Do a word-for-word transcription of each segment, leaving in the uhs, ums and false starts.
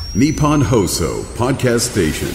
Nippon Hoso Podcast Station。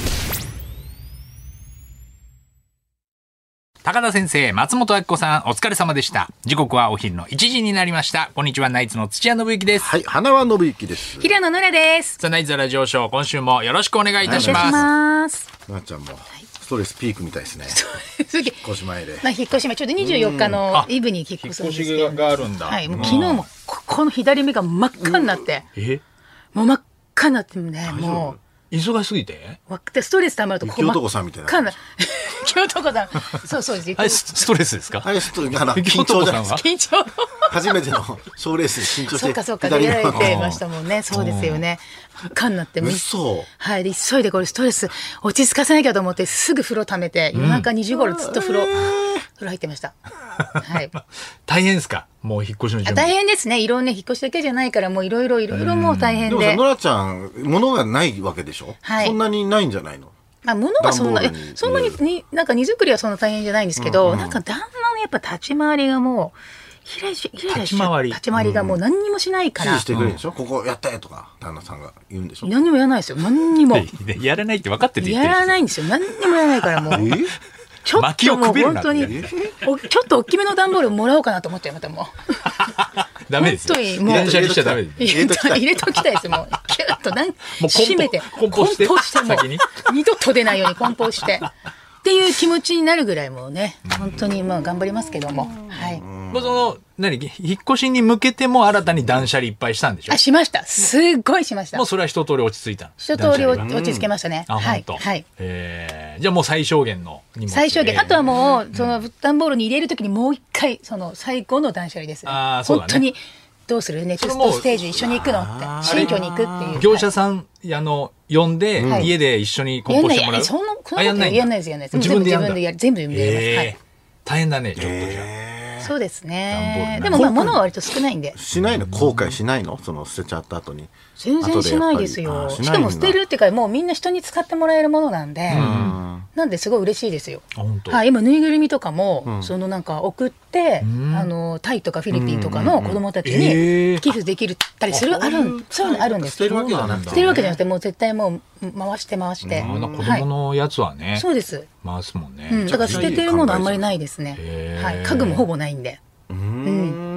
高田先生、松本明子さん、お疲れ様でした。時刻はお昼のいちじになりました。こんにちは、ナイツの土屋信之です。 はい、花輪信之です。 平野ノラです。 さあ、ナイツラジオショー、今週もよろしくお願いいたします。 ます。 なっちゃんもストレスピークみたいですね。引っ越し前で。 まあ、引っ越し前、ちょうどにじゅうよっかのイブに引っ越すんですけど。 引っ越しがあるんだ。 はい、もう昨日もここの左目が真っ赤になって。 え？ もう真っ赤になってね、もう。忙しすぎて？ ストレス溜まるとここ真っ赤な。 清男さんみたいな。 清男さん。そうそうです。 あれストレスですか？ あれストレス。緊張じゃないですか。 緊張。 初めての賞レースで緊張して。 そうかそうか。やられてましたもんね。そうですよね。真っ赤になって。 嘘。 はい。で急いでこれストレス落ち着かせなきゃと思ってすぐ風呂溜めて夜中にじ頃ずっと風呂。風呂入ってました。はい。 大変ですか？もう引っ越しの準備。 大変ですね。いろんな引っ越しだけじゃないからもういろいろいろいろもう大変で。 でもさ、ノラちゃん物がないわけでしょ？はい。そんなにないんじゃないの？ まあ物がそんなそんなにになんか荷造りはそんな大変じゃないんですけど、うんうん、なんか旦那のやっぱ立ち回りがもうひらひら立ち回り立ち回りがもう何にもしないから。 指示してくれるでしょ？ここやってとか旦那さんが言うんでしょ？ 何にもやらないですよ。何にも。 やらないって分かってて言ってる。 やらないんですよ。何にもやらないからもう。ちょっともう本当にちょっと大きめの段ボールもらおうかなと思っちゃいましたもう。 ダメですよ。 本当にもう断捨離しちゃダメです。 入れときたいですもう。キュッとなん閉めて梱包して梱包しても二度と出ないように梱包してっていう気持ちになるぐらいもうね本当にまあ頑張りますけどもはい。 もうその何引っ越しに向けても新たに断捨離いっぱいしたんでしょ？ あしました。すっごいしました。 もうそれは一通り落ち着いたの？ 一通り落ち着けましたね。 あはい本当。 はい。 えー、じゃあもう最小限の荷物。 最小限。あとはもうその段ボールに入れるときにもう一回その最後の断捨離ですね。 あそうだね。 本当にどうするネクストステージ一緒に行くのって新居に行くっていう。 業者さんあの呼んで、はい、家で一緒に梱包してもらう。 そんなそんなことやんないですよね。 自分でやる。 全部や全部自分でやります。 えーはい。 大変だねちょっとじゃあ。 そうですね。でもまあ物は割と少ないんで。 しないの？後悔しないの？その捨てちゃった後に。 全然しないですよ。しかも捨てるっていうかもうみんな人に使ってもらえるものなんで、なんですごい嬉しいですよ。はい、今ぬいぐるみとかもそのなんか送ってあのタイとかフィリピンとかの子供たちに寄付できるたりするあるそういうのあるんです。 捨てるわけじゃなくて。 捨てるわけじゃなくてもう絶対もう回して回して。 子供のやつはね。 そうです。 回すもんね。 だから捨ててるものあんまりないですね。はい、家具もほぼないんで。 うん、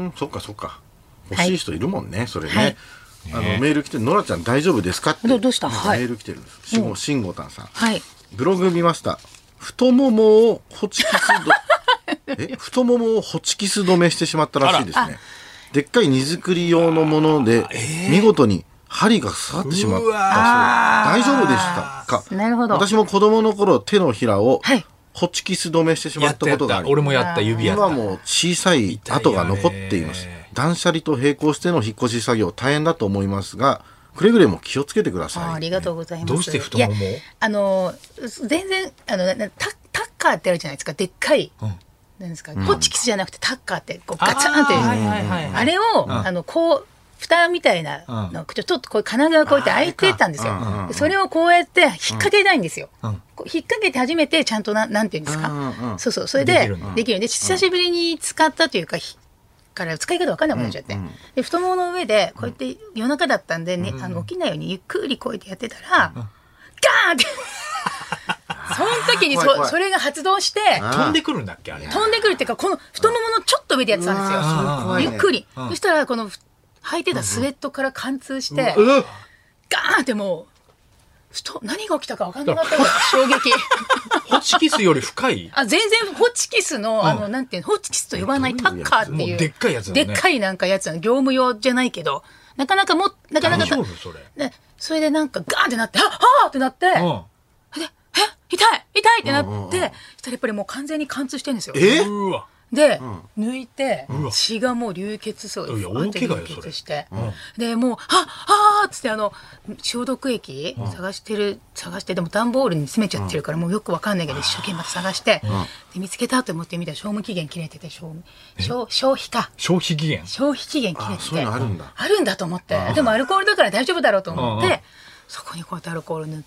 そっかそっか。欲しい人いるもんね、それね。あのメール来て、ノラちゃん大丈夫ですかって。 どうした？ メール来てるんです。しご、しんごたんさん。 はい。 ブログ見ました。太ももをホチキスど、え、太ももをホチキス止めしてしまったらしいですね。でっかい荷造り用のもので、見事に針が刺さってしまったそう。大丈夫でしたか？ なるほど。 私も子供の頃、手のひらを、ホチキス止めしてしまったことがあり、 俺もやった指やった。 今も小さい跡が残っています。断捨離と並行しての引っ越し作業大変だと思いますが、くれぐれも気をつけてください。 あ, ありがとうございます。 どうして太もも？ あの全然あのタタッカーってあるじゃないですか。でっかい、うん、なんですか、うん、ホチキスじゃなくてタッカーってこうガチャンっていう、あれを、うん、あのこう蓋みたいなの、うん、ちょっとこう金具がこうやって開いてたんですよ。それをこうやって引っ掛けないんですよ。うん、引っ掛けて初めてちゃんとななんていうんですか。うんうん、そうそうそれでできるんで、で久しぶりに使ったというか。から使い方分かんなくなっちゃって、うんうん、で太ももの上でこうやって夜中だったんで、ね、うん、あの起きないようにゆっくりこうやってやってたら、うん、ガーンってその時に そ, 怖い怖いそれが発動して飛んでくるんだっけあれ飛んでくるっていうかこの太もものちょっと上でやってたんですよ、ゆっくり、うん、そしたらこの履いてたスウェットから貫通して、うんうん、ガーンってもう何が起きたか分かんなかったぐらい衝撃ホチキスより深いあ全然ホチキスの、うん、あのなんていうのホチキスと呼ばないタッカーっていうでっかいやつだねでっかいなんかやつ業務用じゃないけどなかなかもなかなか大丈夫それでそれでなんかガーンってなってはっはーってなって、うん、でえ痛い痛いってなって、うんうんうん、そしたらやっぱりもう完全に貫通してるんですよ。 えうわで、うん、抜いて血がもう流血そうです。 大怪我よそれ。 して、うん、でもうはっはーっつってあの消毒液探してる、うん、探してでも段ボールに詰めちゃってるから、うん、もうよくわかんないけど一生懸命探して、うん、で見つけたと思ってみたら賞味期限切れてて消消消費か消費期限消費期限切れててそういうのあるんだあるんだと思ってでもアルコールだから大丈夫だろうと思ってそこにこうやってアルコール塗って、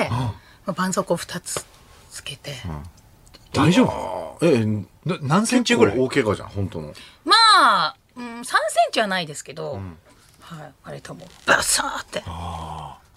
うん、絆創膏ふたつつけて。うん大丈夫？ え何センチぐらい？ 大怪我じゃん本当の。 まあ、うん、さんセンチはないですけど、うん、はい、あれともバサーって。 あ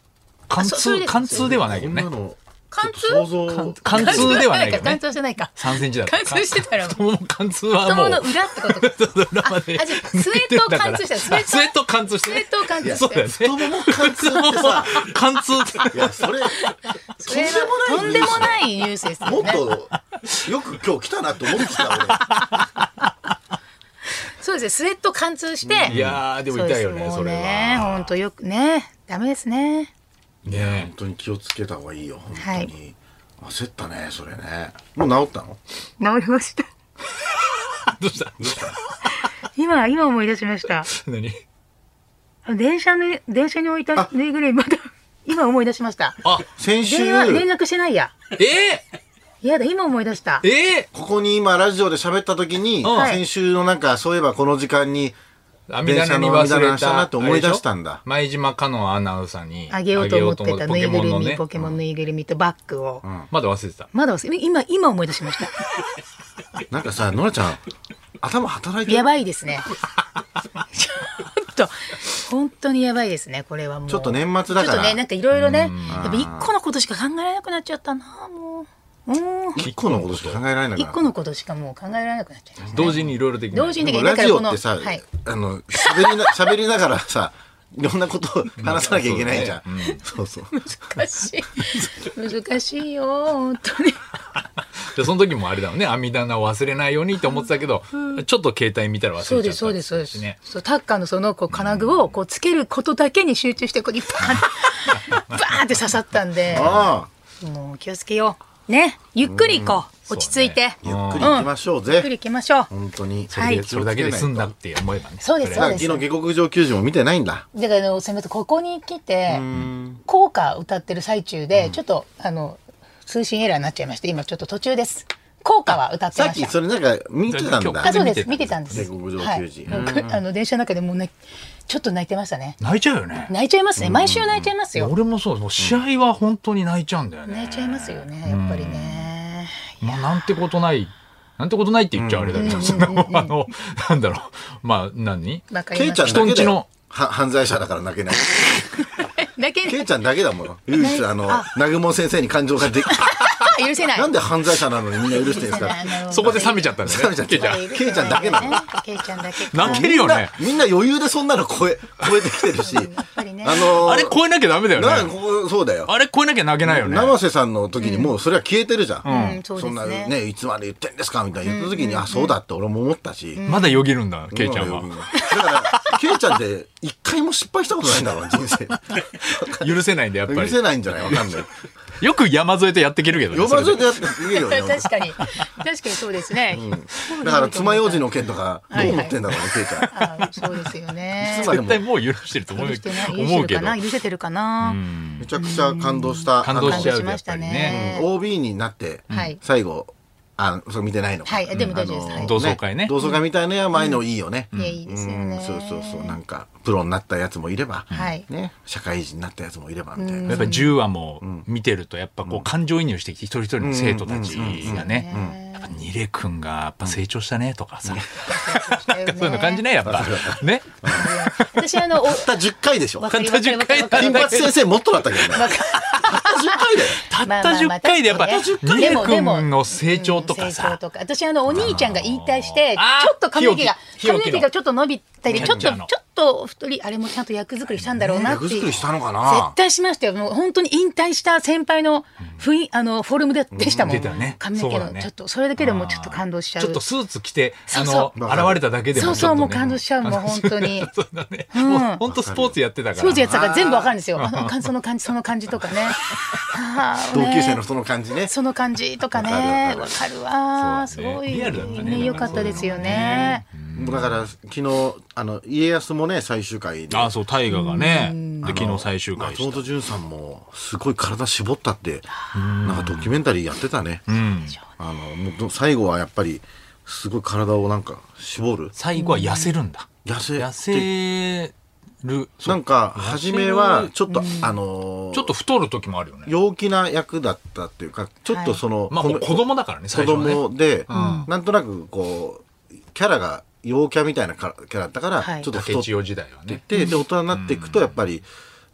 貫通、 あそそれです貫通ではないけどね。 こんなの貫通ちょっと想像貫通ではないけど貫ね。 通してないか。 さんセンチだったら。 貫通してたら太もも貫通は太もう。 ももの裏ってことか。 裏までああじゃあスウェットを貫通したスウェットスウェット貫通してね。 スウェットを貫通してそうだよね。 太もも貫通ってさ貫通って。 いやそれそれはとんでもないニュースですよね。 もっとよく今日来たなと思ってたそうですね、スウェット貫通して。 いやーでも痛いよね、 うですそれもうね、 は。 本当よくね、ダメですね。 俺ね本当に気をつけた方がいいよ本当に、 はい焦ったねそれねもう治ったの治りました。 どうした今、今思い出しました。 何電車に、電車に置いたぬいぐるみ、また、今思い出しました。 あ、 先週電話、連絡してないや。 えやだ、今思い出したー、。えここに今ラジオで喋った時に、 うん先週のなんかそういえばこの時間にー、網棚に忘電車の網棚れしたなって思い出したんだあれでしょ前島香音アナウンサーにあげようと思ってたぬいぐるみ、 ねポケモンぬいぐるみとバッグを。 まだ忘れてた。 まだ忘れ、今、今思い出しました。 なんかさノラちゃん頭働いてるやばいですね。ちょっと、本当にやばいですね、これはもう。 ちょっと年末だからちょっとね、なんかいろいろね、やっぱ一個のことしか考えられなくなっちゃったな、もう。うん。 一個のことしか考えられないから一個のことしかもう考えられなくなっちゃいました。 同時にいろいろできない。 同時にできでもラジオってさ、 だからこのはいあの喋りな喋りながらさいろんなことを話さなきゃいけないじゃん、そうそう難しい。難しいよ、本当に。 でその時もあれだもんね、網棚を忘れないようにって思ってたけど、ちょっと携帯見たら忘れちゃったそうです、そうです、そうです。 ね。 そう、タッカーのそのこう金具をこうつけることだけに集中して、ここにバーンバーンって刺さったんで、 ああもう気をつけよう。ね、ゆっくり行こう。落ち着いて。 ゆっくり行きましょうぜ、 ゆっくり行きましょう。 本当にそれでそれだけで済んだって思えばね。 そうです、そうです。 昨日下克上球児も見てないんだだからあのせめてここに来て校歌歌ってる最中でちょっとあの通信エラーになっちゃいまして今ちょっと途中です。校歌は歌ってさっきました。 それなんか見てたんだあ、そうです。見見てたてたんです。 下克上はい球児あの電車の中でもうねちょっと泣いてましたね。 泣いちゃうよね。 泣いちゃいますね。毎週泣いちゃいますよ。 俺もそう、もう試合は本当に泣いちゃうんだよね。 泣いちゃいますよね。やっぱりね。 まあなんてことない。なんてことないって言っちゃあれだけど、そのあの、なんだろう。まあ何わかケイちゃんります。 人んちのだけだよは犯罪者だから泣けないだけケイちゃんだけだもん唯一あの南雲先生に感情ができ許せない。 なんで犯罪者なのにみんな許してるんですかあのそこで冷めちゃったんだね。 冷めちゃったケイちゃん。 ケイちゃんだけなのケイちゃんだけ。 泣けるよね。 みんな余裕でそんなの超え超えてきてるしやっぱりね。 あのーあれ超えなきゃダメだよね。 なんかこうそうだよあれ超えなきゃ泣けないよね。 生瀬さんの時にもうそれは消えてるじゃん、 うんそうですねんなねいつまで言ってんですかみたいな言った時に、あそうだって俺も思ったし、 まだよぎるんだ、ケイちゃんは。 だからケイちゃんって一回も失敗したことないんだろう人生許せないんだ、やっぱ許り。 せないんじゃないわかんないよく山添とやっていけるけどね。 呼ばずそれででやっていいよね確かに確かにそうですね。 だから爪楊枝の件とかどう思ってんだろうねケイちゃんあそうですよね。 までも絶対もう許してると思う許してない許思うけど。 してるかな許せてるかな。 めちゃくちゃ感動した感動しちゃう感動しましたやっぱりね。 ね。 オービー になってはい最後あそれ見てないのかはいでも大丈夫です。はい同窓会ね同窓会みたいなのは前のいいよね、 いやいいですよね。 うんそうそうそうなんかプロになったやつもいれば、 はいね、社会人になったやつもいればみたいな、 やっぱじゅうわも見てるとやっぱこう感情移入してきて一人一人の生徒たちがね、やっぱニレ君がやっぱ成長したねとかさ、そういうの感じねやっぱね。 私あのおたったじゅっかいでしょわかりますたったじゅっかいわかります金八先生もっとだったけどねたったじゅっかいだよたったじゅっかいでやっぱまあまあまあニレでもでも君の成長とか成長さ、 とか私あのお兄ちゃんが引退してあーちょっと髪の毛が日置髪の毛がちょっと伸びたりちょっとちょキャッチャーのっと太りあれもちゃんと役作りしたんだろうなっていう役作りしたのかな絶対しましたよ。もう本当に引退した先輩の雰囲あのフォルムででしたもん。 出たね髪の毛そうだねのちょっとそれだけでもちょっと感動しちゃう。 ちょっとスーツ着てあそうそうの現れただけでそうそうもちょっとねもう感動しちゃうもう本当に。 そうだね。 んもう本当スポーツやってたから。 スポーツやってたから全部わかるんですよ。あのその感じその感じとかね。はあ同級生のねその感じねその感じとかねわかるわかるわすそうだねごいリアルだったねね良かったですよね。 だから昨日あの家康もね最終回であそう大河がねで昨日最終回松した。 本潤さんもすごい体絞ったってなんかドキュメンタリーやってたね、 うん。 あのもう最後はやっぱりすごい体をなんか絞る最後は痩せるんだ。 痩せ痩せる。そうなんか初めはちょっと、あのーちょっと太る時もあるよね。 陽気な役だったっていうかちょっとその、 まあもう子供だからね最子初はね。 供で、なんとなくこうキャラが陽キャみたいなキャラキャラだったから、 はいちょっと太っ竹千代時代はね。 てて、で大人になっていくとやっぱり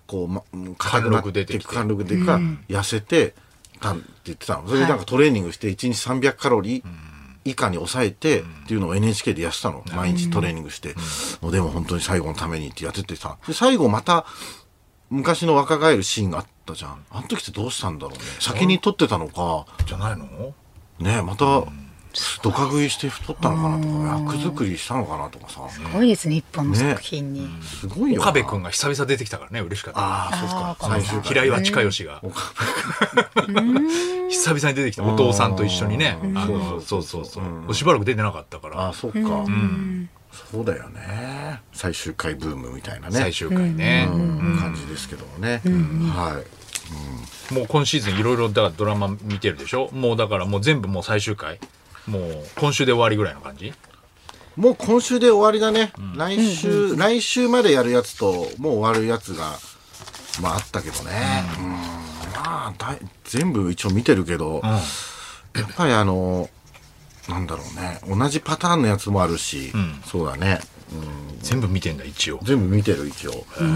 こう、ま、硬くなっていく貫禄出てくから痩せてたんって言ってたの。それでなんかトレーニングしていちにちさんびゃくカロリー以下に抑えてっていうのを エヌエイチケー でやってたの。毎日トレーニングして、もうでも本当に最後のためにってやっててさ、で最後また昔の若返るシーンがあったじゃん。あの時ってどうしたんだろうね。先に撮ってたのかじゃないのね、またドカ食いして太ったのかなとか、役作りしたのかなとかさ。 すごいですね、一本の作品に。 すごいよな。 岡部君が久々出てきたからね、嬉しかった。 ああ、そうですか。 最終平岩親吉が久々に出てきた、お父さんと一緒にね。あのそうそうそう。しばらく出てなかったから。 ああ、そっか。そうだよね。最終回ブームみたいなね。 最終回ね。 感じですけどもね。はい。 もう今シーズンいろいろだからドラマ見てるでしょ。もうだからもう全部もう最終回。もう今週で終わりぐらいの感じ。 もう今週で終わりだね。来週来週までやるやつともう終わるやつがまああったけどね。まあだ全部一応見てるけど、やっぱりあのなんだろうね。同じパターンのやつもあるし、そうだね。 全部見てんだ一応。 全部見てる一応。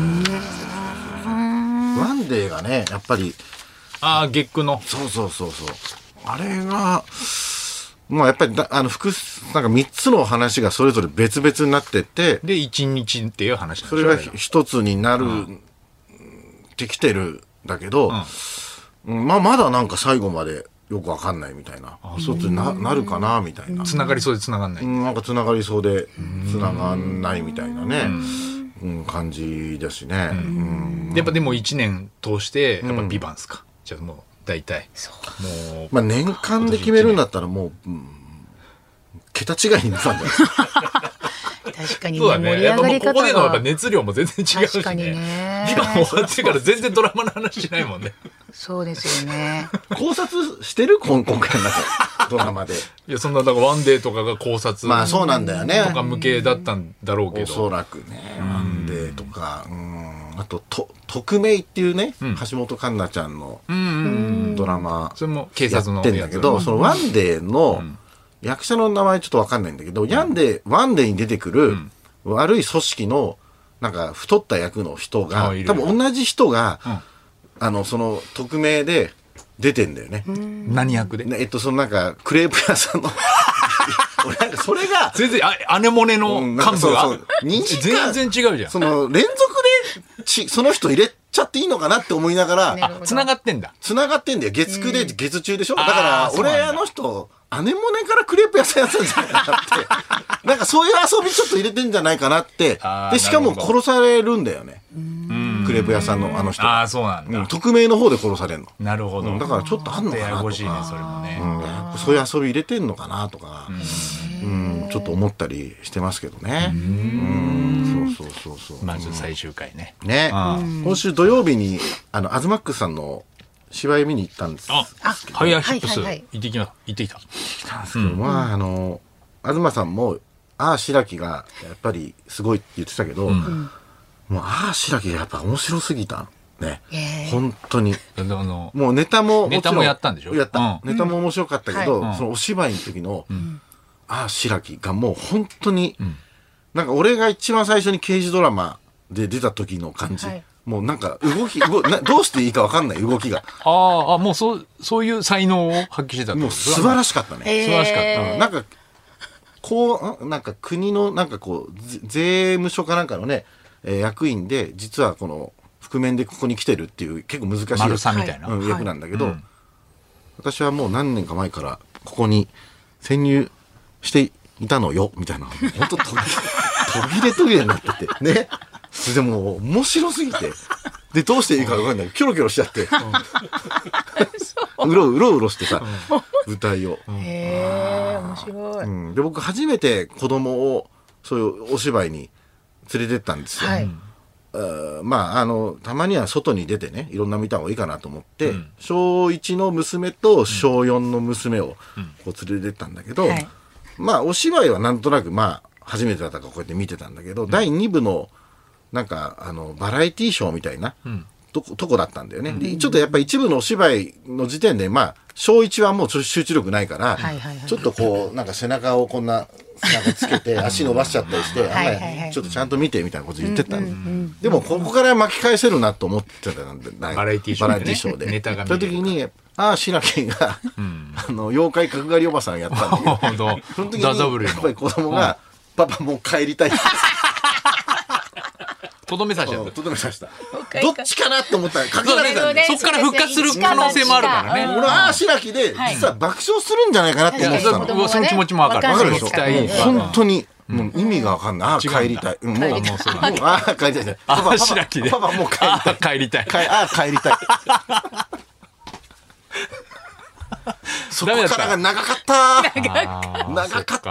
ワンデーがねやっぱりああ月9のそうそうそうそうあれがまあやっぱりだあの複なんかみっつの話がそれぞれ別々になっててでいちにちっていう話なんでしょ。それが一つになる、うん、ってきてるんだけど、うん、まあまだなんか最後までよくわかんないみたいな一つに な, なるかなみたいなつながりそうでつながんない、 うん、なんかつながりそうでつながんないみたいなね、うん、感じだしね、うんうん、やっぱでもいちねん通してやっぱビバンスか、うん、じゃあもう大体もう、まあ、年間で決めるんだったらもう、うん、桁違いに見たんじゃないですか確かにね、 そうだね、 盛り上がり方がやっぱもうここでのやっぱ熱量も全然違うしね。 確かにね。 ビバン終わってから全然ドラマの話しないもんね。 そうですよね。 考察してる今今回の中ドラマで。 いやそんなだからワンデーとかが考察まあそうなんだよね。 とか向けだったんだろうけど。おそらくねワンデーとか、うんあとと匿名っていうね、うん、橋本環奈ちゃんのドラマそれも警察のやってんだけど、そのワンデーの、うん役者の名前ちょっと分かんないんだけど、うん、ヤンデワンデーに出てくる悪い組織のなんか太った役の人が、うん、多分同じ人が、うん、あのその匿名で出てんだよね。 何役で？ えっとそのなんかクレープ屋さんの俺なんかそれが全然あアネモネの幹部が、うん、そうそう全然違うじゃん。 その連続でちその人入れちゃっていいのかなって思いながら繋がってんだ。 繋がってんだよ。月くで月中でしょ。だから俺あの人アネモネからクレープ屋さんやったんじゃないかなってなんかそういう遊びちょっと入れてんじゃないかなってでしかも殺されるんだよねクレープ屋さんのあの人ああそうなんだ、うん、 匿名の方で殺されるの。なるほど、 うん、だからちょっとあんのかなとかややこしいねそれもね、うん、そういう遊び入れてんのかなとかうん、ちょっと思ったりしてますけどね。うんそうそうそうそうまず最終回ねね今週土曜日にあのアズマックスさんの芝居見に行ったんです。 あ、ハイヤーヒップス、はいはいはい、行ってきた。行ってきた。 うん、まああの東さんもああ白木がやっぱりすごいって言ってたけど、うん、もうああ白木がやっぱ面白すぎたね。本当に。もうネタもネタもやったんでしょ。 やった。うん、ネタも面白かったけど、うん、そのお芝居の時の、うん、ああ白木がもう本当に、うん、なんか俺が一番最初に刑事ドラマで出た時の感じ。はいもうなんか動き動などうしていいか分かんない動きがああもうそうそういう才能を発揮してたもう素晴らしかったね、 えー、素晴らしかった、 うん、なんかこうなんか国のなんかこう税務署かなんかのね、えー、役員で実はこの覆面でここに来てるっていう結構難しい丸さんみたいな、 うん、役なんだけど、はいうん、私はもう何年か前からここに潜入していたのよみたいな本当途切れ途切れになっててねでも面白すぎてでどうしていいか分かんないキョロキョロしちゃって、うん、うろうろうろしてさ、うん、舞台をへえ面白い、 うん、で僕初めて子供をそういうお芝居に連れてったんですよ、はい、あまああのたまには外に出てねいろんな見た方がいいかなと思って、うん、しょういちの娘としょうよんの娘をこう連れてったんだけど、うんはい、まあお芝居はなんとなくまあ初めてだったからこうやって見てたんだけど、うん、だいに部のなんかあのバラエティーショーみたいな、うん、 とことこだったんだよね、でちょっとやっぱり一部のお芝居の時点でまあ小一はもうちょっと集中力ないから、 はいはいはい、 ちょっとこうなんか背中をこんななんかつけて足伸ばしちゃったりして、あんまりちょっとちゃんと見てみたいなこと言ってたんで、うんうんうん、でもここから巻き返せるなと思ってたんで、 バラエティーショーで、ね、 バラエティーショーでネタが見そういう時にああ白木が、うん、あの妖怪角刈りおばさんやったんだけどその時にやっぱり子供が、うん、パパもう帰りたいってとどめさせちゃった。 とどめさせた。どっちかなと思ったらかけられたんで、 そっから復活する可能性もあるからね。 俺は白木で実は爆笑するんじゃないかなって思ってたの。 その気持ちも分かる。 分かるでしょ。本当にもう意味が分かんない。ああ帰りたい。もうもうああ帰りたい。 パパ白木で。 パパもう帰りたい。 帰りたい。 ああ帰りたい。そこからが長かった。長かった。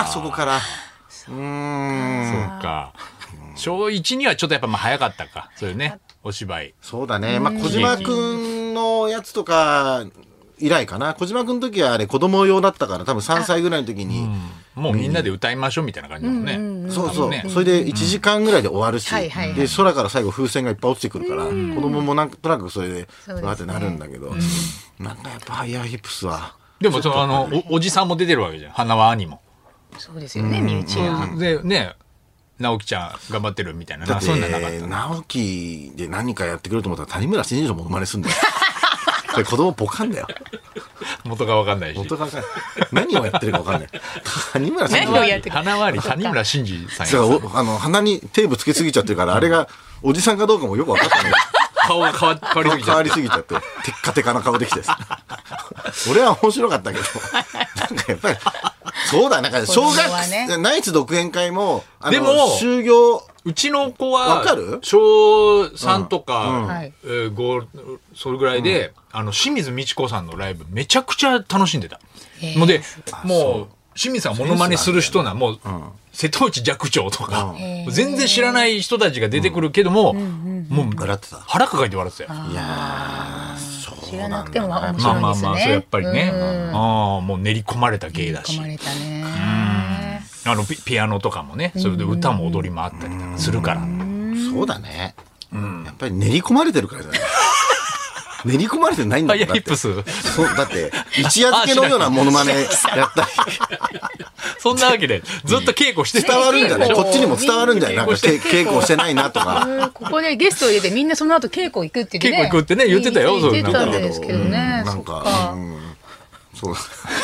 そこから。うーん。 そうか。小一にはちょっとやっぱまあ早かったか。そういうね、お芝居。 そうだね。まあ小島くんのやつとか以来かな。小島くんの時はあれ子供用だったから多分さんさいぐらいの時に、 うん、もうみんなで歌いましょうみたいな感じだもんね。うんうんうん、 そうそう、ね。それでいちじかんぐらいで終わるし、うん、で空から最後風船がいっぱい落ちてくるから、うん、子供もなんとなくそれでわーってなるんだけど、ね、うん、なんかやっぱハイヤーヒップスは。 でもそのあの お, おじさんも出てるわけじゃん。花輪兄も。 そうですよね。身内が。 でね。直樹ちゃん頑張ってるみたいな。 だってそんななかった直樹で何かやってくると思ったら谷村新司のモノマネすんだよ。これ子供ポカンだよ。 元が分かんないし。 元が分かんない。何をやってるか分かんない。谷村新司。 何をやってるか。 鼻周り谷村新司さんや。あの鼻にテープつけすぎちゃってるから、あれがおじさんかどうかもよく分かってない。 顔が変わ変わりすぎちゃって。 変わりすぎちゃって、テッカテカな顔できてさ。俺は面白かったけど、なんかやっぱり。そうだ、なんか小学生、ナイツ独演会も、 でも、 修行、 うちの子は、 わかる？ 小さんとか、ご、それぐらいで、あの、清水美智子さんのライブめちゃくちゃ楽しんでた。もうで、もう、清水さんモノマネする人な、もう、瀬戸内寂聴とか、全然知らない人たちが出てくるけども、もう、腹抱えて笑ってたよ。 いやー。 知らなくても面白いですね。 まあまあまあ、そうやっぱりね。ああ、もう練り込まれた芸だし。 練り込まれたね。 あのピ、ピアノとかもね、それで歌も踊りもあったりとかするから。 そうだね。やっぱり練り込まれてるからじゃない。練り込まれてないんだもん。 ハイヤーヒップス。 そうだって一夜漬けのようなモノマネやったり。 そんなわけでずっと稽古して伝わるんじゃない？こっちにも伝わるんじゃない？なんか稽古してないなとか。 ここでゲストを入れてみんなその後稽古行くって言ってね。 稽古行くってね言ってたよ。 言ってたんですけどね。 なんかそう。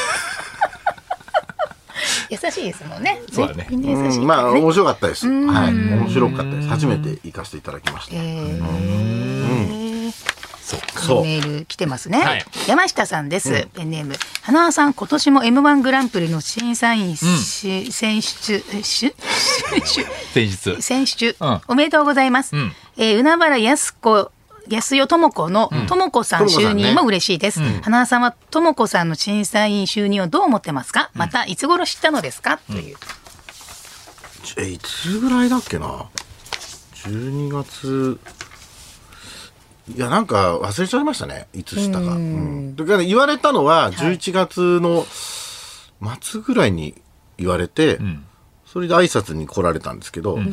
優しいですもんね。 そうだね。 みんな優しい。 まあ面白かったです。はい、面白かったです。初めて行かせていただきました。 そうメール来てますね、はい、山下さんです、うん、ペンネーム花輪さん、今年も エムワン グランプリの審査員、うん、選出選出選出、うん、おめでとうございます、うん、えー、海原靖子安代智子の智子さん就任も嬉しいです、うんね、花輪さんは智子さんの審査員就任をどう思ってますか、うん、またいつ頃知ったのですか、うん、という。 えいつぐらいだっけな、じゅうにがつ、いやなんか忘れちゃいましたね、いつしたか。うん、だから言われたのはじゅういちがつの末ぐらいに言われて、はい、それで挨拶に来られたんですけど、うん、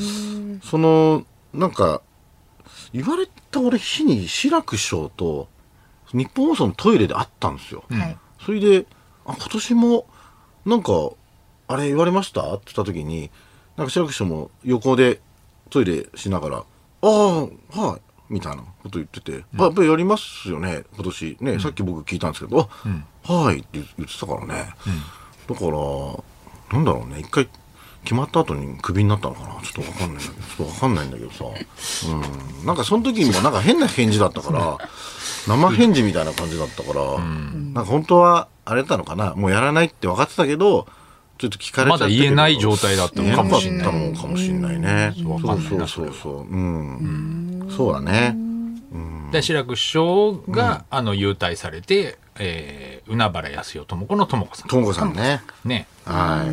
そのなんか言われた俺日に志らく師匠と日本放送のトイレで会ったんですよ、うん、それであ今年もなんかあれ言われましたって言った時になんか志らく師匠も横でトイレしながらああはいみたいなこと言ってて、うん、やっぱりやりますよね今年ね、うん、さっき僕聞いたんですけど、うん、はいって言ってたからね、うん、だからなんだろうね、一回決まった後にクビになったのかな、ちょっと分かんないんだけどちょっと分かんないんだけどさ、うん、なんかその時にもなんか変な返事だったから生返事みたいな感じだったから、うん、なんか本当はあれだったのかな、もうやらないって分かってたけどちょっと聞かれちゃったけどまだ言えない状態だったのかもしれない、 言えなかったのかもしれないね、うん、そうそうそうそう、うん、そうだね、 うん、で志らく師匠が、うん、あの優待されて、えー、海原靖代智子の智子さん智子さんねね、 はい、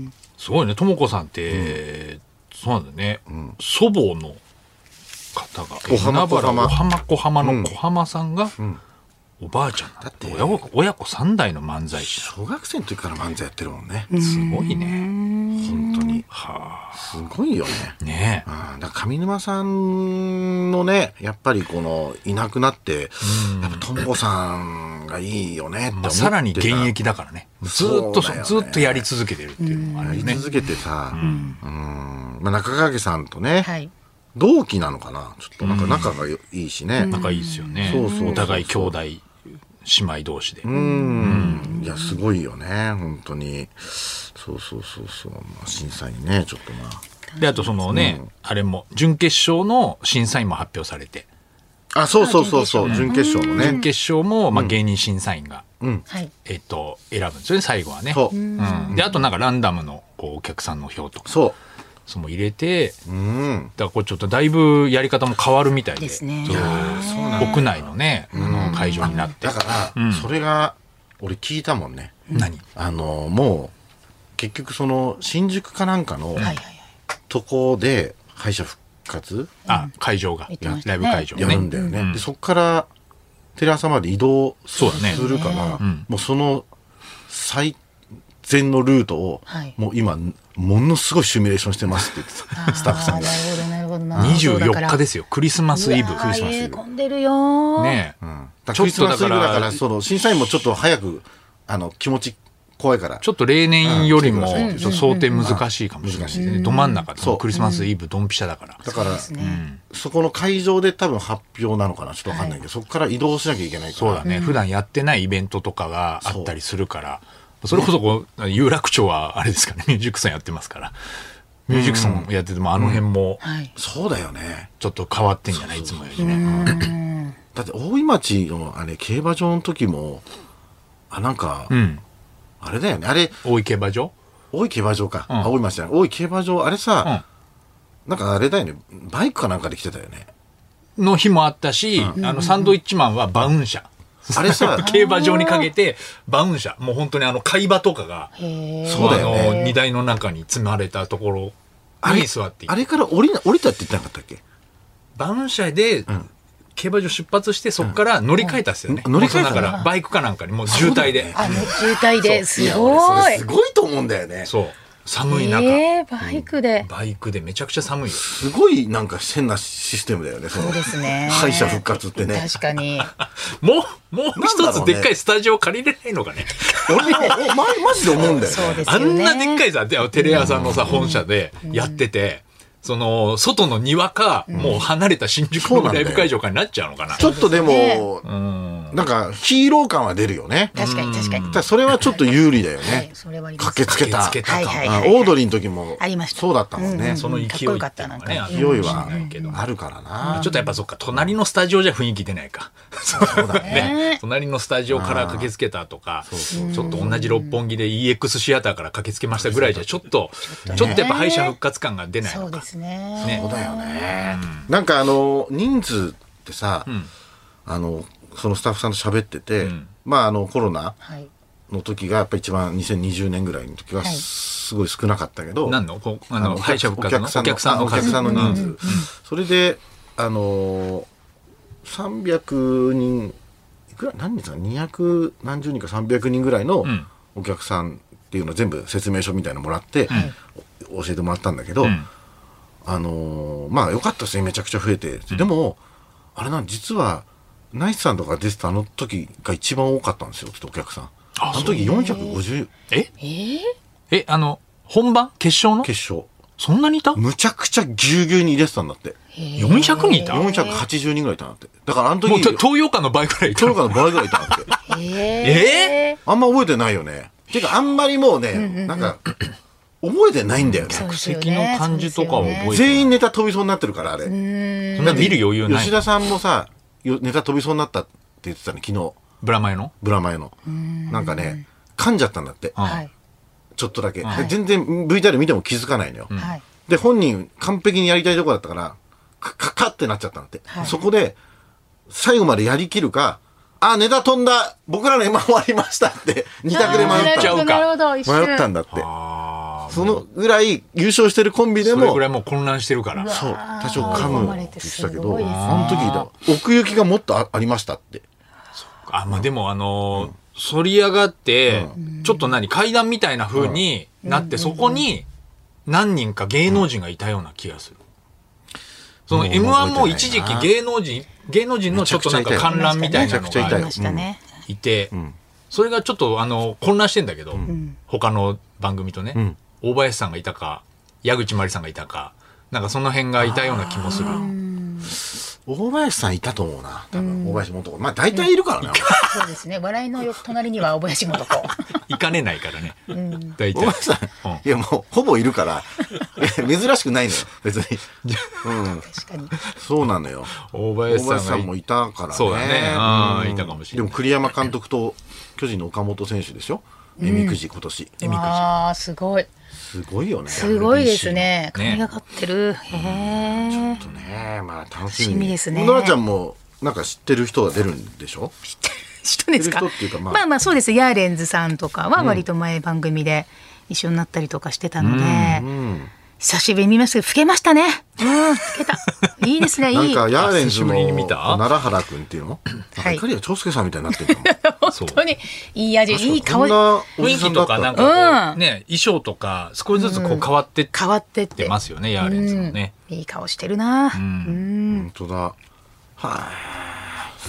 すごいね、智子さんって、うん、そうなんだよね、うん、祖母の方が海原小浜小浜の小浜さんが、うん、おばあちゃんだって親子さん代の漫才師、 小学生の時から漫才やってるもんね、 すごいね、 本当に。すごいよね。 ねえ。 あだから上沼さんのね、やっぱりこのいなくなって、やっぱともこさんがいいよねって思ってた。 さらに現役だからね。ずっと、ね、ずっとやり続けてるっていうのもあるよね。 やり続けてさ、うん、うんまあ、中影さんとね、はい、同期なのかな、ちょっとなんか仲がいいしね。 仲いいですよね。 そうそうそうそう、 お互い兄弟姉妹同士で。 うん、いやすごいよね本当に。そうそうそうそう、まあ、審査員ねちょっとまあ。 であとそのね、うん、あれも準決勝の審査員も発表されて。 あそうそうそうそう、準決勝のね。 準決勝もまあ芸人審査員が、 うん、 えっと選ぶんですよね最後はね。 そう、 うん、であとなんかランダムのこうお客さんの票とか。 そう。 その入れて、 うん、 だからこれちょっとだいぶやり方も変わるみたいで、 ですね、 屋内のね、あの会場になって、 だから、うん、それが俺聞いたもんね。 何？ あのもう結局その新宿かなんかのとこで敗者復活、 あ会場が、 やライブ会場ねやるんだよね。うん、でそこからテレ朝まで移動するから、ね、もうその最前のルートを、はい、もう今ものすごいシミュレーションしてますって言ってたスタッフさんが。 なるほどなるほどな。 にじゅうよっかですよクリスマスイブ。 クリスマスイブ。混んでるよねえ、 うん、だクリスマスイブだからその審査員もちょっと早くあの気持ち怖いからちょっと例年よりも想定難しいかもしれないですね。ど真ん中でクリスマスイブドンピシャだからだから そ,、ねうん、そこの会場で多分発表なのかなちょっと分かんないけど、はい、そこから移動しなきゃいけないから。 そうだね、うん、普段やってないイベントとかがあったりするからそれこそこう有楽町はあれですかねミュージックソンやってますからミュージックソンやっててもあの辺もそうだよねちょっと変わってんじゃないいつもよりね。 だって大井町のあれ競馬場の時もあなんか、うん、あれだよねあれ大井競馬場大井競馬場か、うん、大井町じゃない大井競馬場あれさ、うん、なんかあれだよねバイクかなんかで来てたよねの日もあったし、うん、あのサンドイッチマンはバウン車あれさ競馬場にかけてバウン車もう本当にあの海馬とかがそうだよね、 あの荷台の中に積まれたところに座っていあれから降りな降りたって言ってなかったっけ。 バウン車で、うん、競馬場出発してそこから乗り換えたっすよね、 うん、乗り換えたからバイクかなんかにもう渋滞で、ね、 あ渋滞ですごいいすごいと思うんだよね。 そう寒い中、 えー、バイクで、 うん、バイクでめちゃくちゃ寒いよ。 すごいなんか変なシステムだよね。 そうですね。 敗者復活ってね。 確かに。 もうもう一つでっかいスタジオ借りれないのかね。 俺もマジで思うんだよね。 そうですよね。あんなでっかいさテレ朝のさ本社でやってて。その外の庭か、うん、もう離れた新宿のライブ会場かになっちゃうのかな。 ちょっとでも、うん、なんかヒーロー感は出るよね。 確かに確かに。 ただそれはちょっと有利だよね。はい、 それは駆けつけた。 駆けつけたか、 はいはいはいはい、オードリーの時もありました。 そうだったもんね。 うん、その勢いっていうのがね、 勢いはあるからな。 ちょっとやっぱそっか隣のスタジオじゃ雰囲気出ないか。そうだね。隣のスタジオから駆けつけたとか、ちょっと同じ六本木で イーエックス シアターから駆けつけましたぐらいじゃちょっとちょっとやっぱ敗者復活感が出ないのか。 そうですね。 ね。 だよね、うん、なんかあの人数ってさ、うん、あのそのスタッフさんと喋ってて、うん、まああのコロナの時がやっぱ一番にせんにじゅうねんぐらいの時はすごい少なかったけど、はい、 何のこあの敗者復活のお客さんのお客さんの人数、うんうん、それであのさんびゃくにんいくら何人ですかにひゃく何十人かさんびゃくにんぐらいのお客さんっていうのを全部説明書みたいなのもらって、うん、教えてもらったんだけど、うんあのー、まあ良かったですねめちゃくちゃ増えて、うん、でもあれなん実はナイツさんとか出てたあの時が一番多かったんですよお客さん。 あ, あの時よんひゃくごじゅうえええあの本番決勝の決勝そんなにいたむちゃくちゃぎゅうぎゅうに入れてたんだって。 よんひゃくにんいたよんひゃくはちじゅうにんぐらいいたんだって。だからあの時もう東洋館の倍ぐらいいた東洋館の倍ぐらいいたんだってええあんま覚えてないよね。てかあんまりもうね、うんうんうん、なんか覚えてないんだよね。 客席の感じとかを覚えてない。 全員ネタ飛びそうになってるからあれ。そんな見る余裕ない。 吉田さんもさネタ飛びそうになったって言ってたね昨日。 ブラマヨのブラマヨのなんかね噛んじゃったんだって、はい、ちょっとだけ、 はい、 全然 ブイティーアール 見ても気づかないのよ、はい、で本人完璧にやりたいとこだったからカカカってなっちゃったんだって、はい、そこで最後までやりきるかあネタ飛んだ僕らの今終わりましたってに択で迷ったんだ迷ったんだって。そのぐらい優勝してるコンビでもそれぐらいもう混乱してるからそう多少噛むって言ってたけど、あの時だ奥行きがもっと あ, ありましたって。 あ、まあ、でもあのーうん、反り上がって、うん、ちょっと何階段みたいな風になって、うん、そこに何人か芸能人がいたような気がする。その エムワン も一時期芸能人、芸能人のちょっとなんか観覧みたいなのがいて、それがちょっとあの混乱してんだけど、他の番組とね、大林さんがいたか、矢口真理さんがいたか、なんかその辺がいたような気もする。 大林さんいたと思うな。多分大林素子。まあ大体いるからね。 そうですね。笑いの隣には大林素子。 行かねないからね。 大体。大林さん、いやもうほぼいるから、珍しくないのよ、別に。 確かに。 そうなのよ。 大林さんもいたからね。 そうだね。ああ、いたかもしれない。 でも栗山監督と巨人の岡本選手でしょ。えみくじ今年。えみくじ。 ああ、すごい。 すごいよね。 すごいですね。神がかってる。へえ。 ちょっとね、まあ楽しみですね。 ノラちゃんもなんか知ってる人が出るんでしょ？ 知ってる人ですか？ 知ってる人っていうか、まあ、 まあまあそうです。ヤーレンズさんとかは割と前番組で一緒になったりとかしてたので、久しぶりに見ましたけど老けましたね。うん、老けた。いいですね。いい。 なんかヤーレンズの奈良原君っていうの？はい。碇谷長介さんみたいになってるかも。本当にいい味、いい香り。 雰囲気とかなんかこうね、衣装とか少しずつこう変わって変わってってますよね、ヤーレンズもね。 いい顔してるな。 本当だ。はい。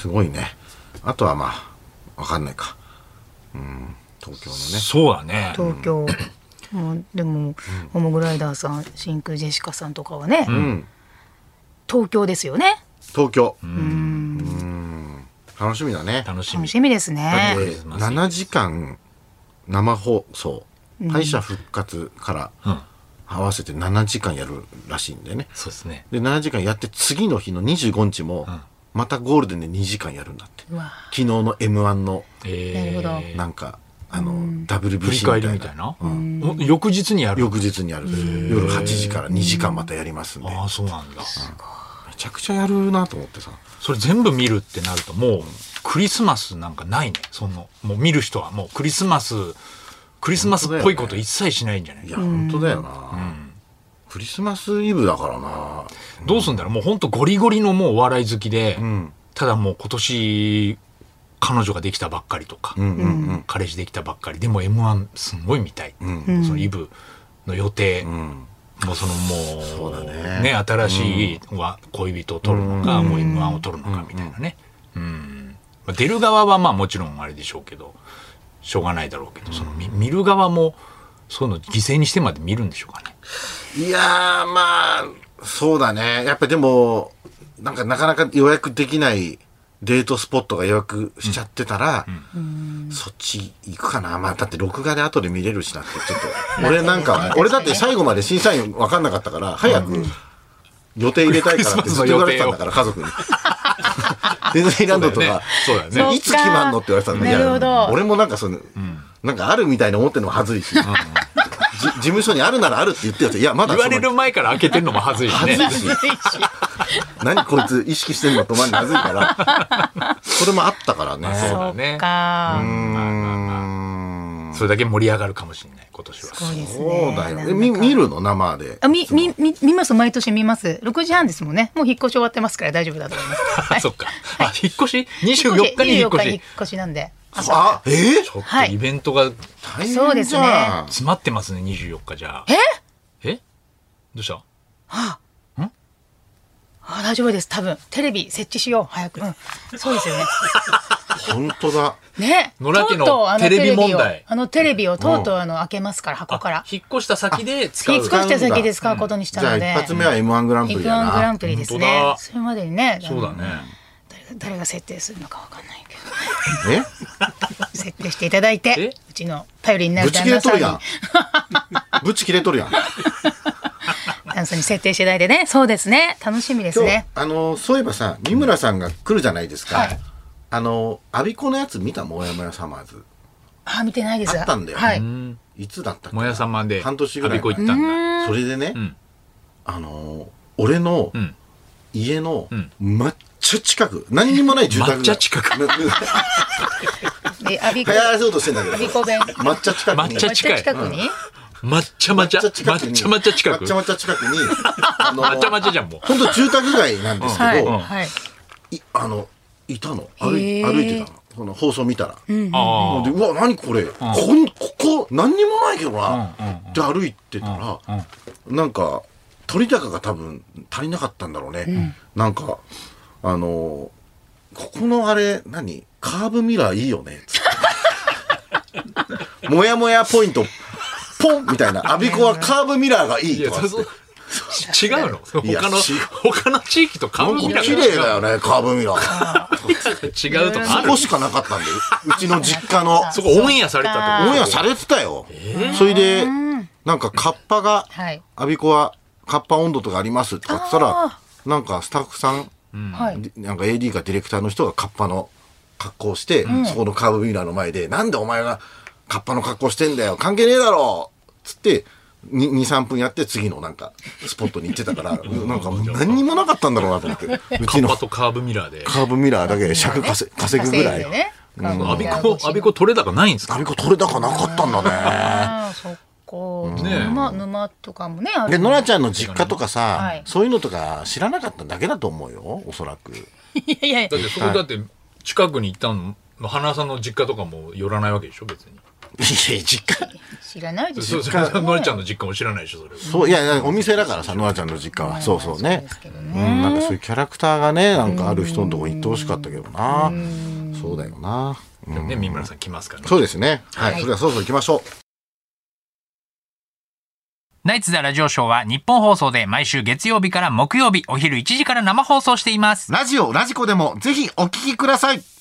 すごいね。あとはまあわかんないか。うん、東京のね。 そうだね。 東京。もうでもモモグライダーさん、真空ジェシカさんとかはね、東京ですよね。 東京。うん。楽しみだね。 楽しみ。 楽しみですね。 だってななじかん生放送、敗者復活から合わせてななじかんやるらしいんだよね。 そうですね。 でななじかんやって次の日のにじゅうごにちもまたゴールデンでにじかんやるんだって。昨日の エムワン のなんかあの ダブリュービーシー みたいな。 翌日にやる。 翌日にやる。夜はちじからにじかんまたやりますんで。 ああ、そうなんだ。 めちゃくちゃやるなと思ってさ。 それ全部見るってなるともうクリスマスなんかないね。そのもう見る人はもうクリスマスクリスマスっぽいこと一切しないんじゃない？ いや本当だよな。クリスマスイブだからな。 どうすんだろう。もう本当ゴリゴリのもうお笑い好きで、ただもう今年彼女ができたばっかりとか、彼氏できたばっかりでも エムワン すごい見たい。そのイブの予定。もうそのもうね新しい恋人を取るのか、もう エムワン を取るのかみたいなね。出る側はまあもちろんあれでしょうけどしょうがないだろうけど、その見る側もそういうの犠牲にしてまで見るんでしょうかね。 いやーまあそうだね。やっぱでもなんかなかなか予約できないデートスポットが予約しちゃってたら、うん、そっち行くかな。まあだって録画で後で見れるしなってちょっと俺なんか俺だって最後まで審査員分かんなかったから早く予定入れたいからってずっと言われてたんだから家族にディズニーランドとかいつ決まんのって言われてたんだけど、俺もなんかそのなんかあるみたいに思ってるのも恥ずいし事務所にあるならあるって言ってよって、いやまだ言われる前から開けてんのも恥ずいしね。 恥ずいし何こいつ意識してんのとまにまずいからそれもあったからね。 そうだね。 かうんそれだけ盛り上がるかもしれない今年は。 そうですね。そうだよ。え見見るの生で。 あみみみ見ます。毎年見ます。ろくじはんですもんね。もう引っ越し終わってますから大丈夫だと思います。 はい、そっか。あ引っ越しにじゅうよっかに引っ越し。 引っ越しなんで。 あえー、 ちょっとイベントが大変じゃん。 そうですね。 詰まってますねにじゅうよっかじゃあ。 え？ え？どうした？はあ。あ大丈夫です。多分テレビ設置しよう早く。うん、そうですよね。 本当だ。 ね。 野良家のテレビ問題。 あのテレビをとうとうあの開けますから箱から。 引っ越した先で使う。 引っ越した先で使うことにしたので。 じゃあ一発目は エムワン グランプリだな。 エムワン グランプリですね。それまでにね。 そうだね。 誰が設定するのかわかんないけど。 え？ 設定していただいて、うちの頼りになる旦那さんに。 ぶち切れとるやん。 ダンスに設定していただいてね。そうですね。楽しみですね。 あのそういえばさ、三村さんが来るじゃないですか。はい、あのアビコのやつ見た？もやもやサマーズ。 あ見てないです。 あったんだよ。 はい。 いつだったっけ？ もやさまで半年ぐらい。 アビコ行ったんだ。 それでね、うん、あの俺の家の抹茶近く、何にもない住宅が。 抹茶近く。 でアビコ。 流行らせようとしてんだけど。 アビコ弁。 抹茶近くに。 抹茶近い。抹茶抹茶抹茶抹茶近く抹茶抹茶近くに抹茶抹茶じゃんもう本当住宅街なんですけど、あのいたの歩いてたの。 その放送見たら、 あでうわ何これ、こんここ何にもないけどな、って歩いてたら、なんか鳥高が多分足りなかったんだろうね、なんかあのーここのあれ何カーブミラーいいよねつってもやもやポイントポンみたいな、我孫子はカーブミラーがいいとかって違うの他のいや違う他の地域とカーブミラー綺麗だよねカーブミラー違うとかあるそこしかなかったんだようちの実家のそこオンエアされたってことオンエアされてたよ、それでなんかカッパがはい我孫子はカッパ温度とかありますとかって言ったらなんかスタッフさんはいなんか エーディー かディレクターの人がカッパの格好をして、そこのカーブミラーの前でなんでお前がカッパの格好してんだよ関係ねえだろつってにさんぷんやって次のなんかスポットに行ってたからなんかもう何にもなかったんだろうなと思ってうカちのッパとカーブミラーでカーブミラーだけで尺稼稼ぐぐらい稼いでね我孫子我孫子取れ高ないんですか我孫子取れ高なかったんだねああそっかね沼沼とかもねあるでノラちゃんの実家とかさ、 はいそういうのとか知らなかっただけだと思うよおそらくいやいやだってそこだって近くに行ったの花さんの実家とかも寄らないわけでしょ別にいや実家知らないでしょそうそうのりちゃんの実家も知らないでしょそれそういやいやお店だからさノラちゃんの実家はそうそうねですけどうん、 ねなんかそういうキャラクターがねなんかある人のとこ行ってほしかったけどなそうだよな、うんでもね三村さん来ますからねそうですねはい、 はいそれではそろそろ行きましょうナイツザラジオショーは日本放送で毎週月曜日から木曜日お昼いちじから生放送しています。 ラジオラジコでもぜひお聞きください。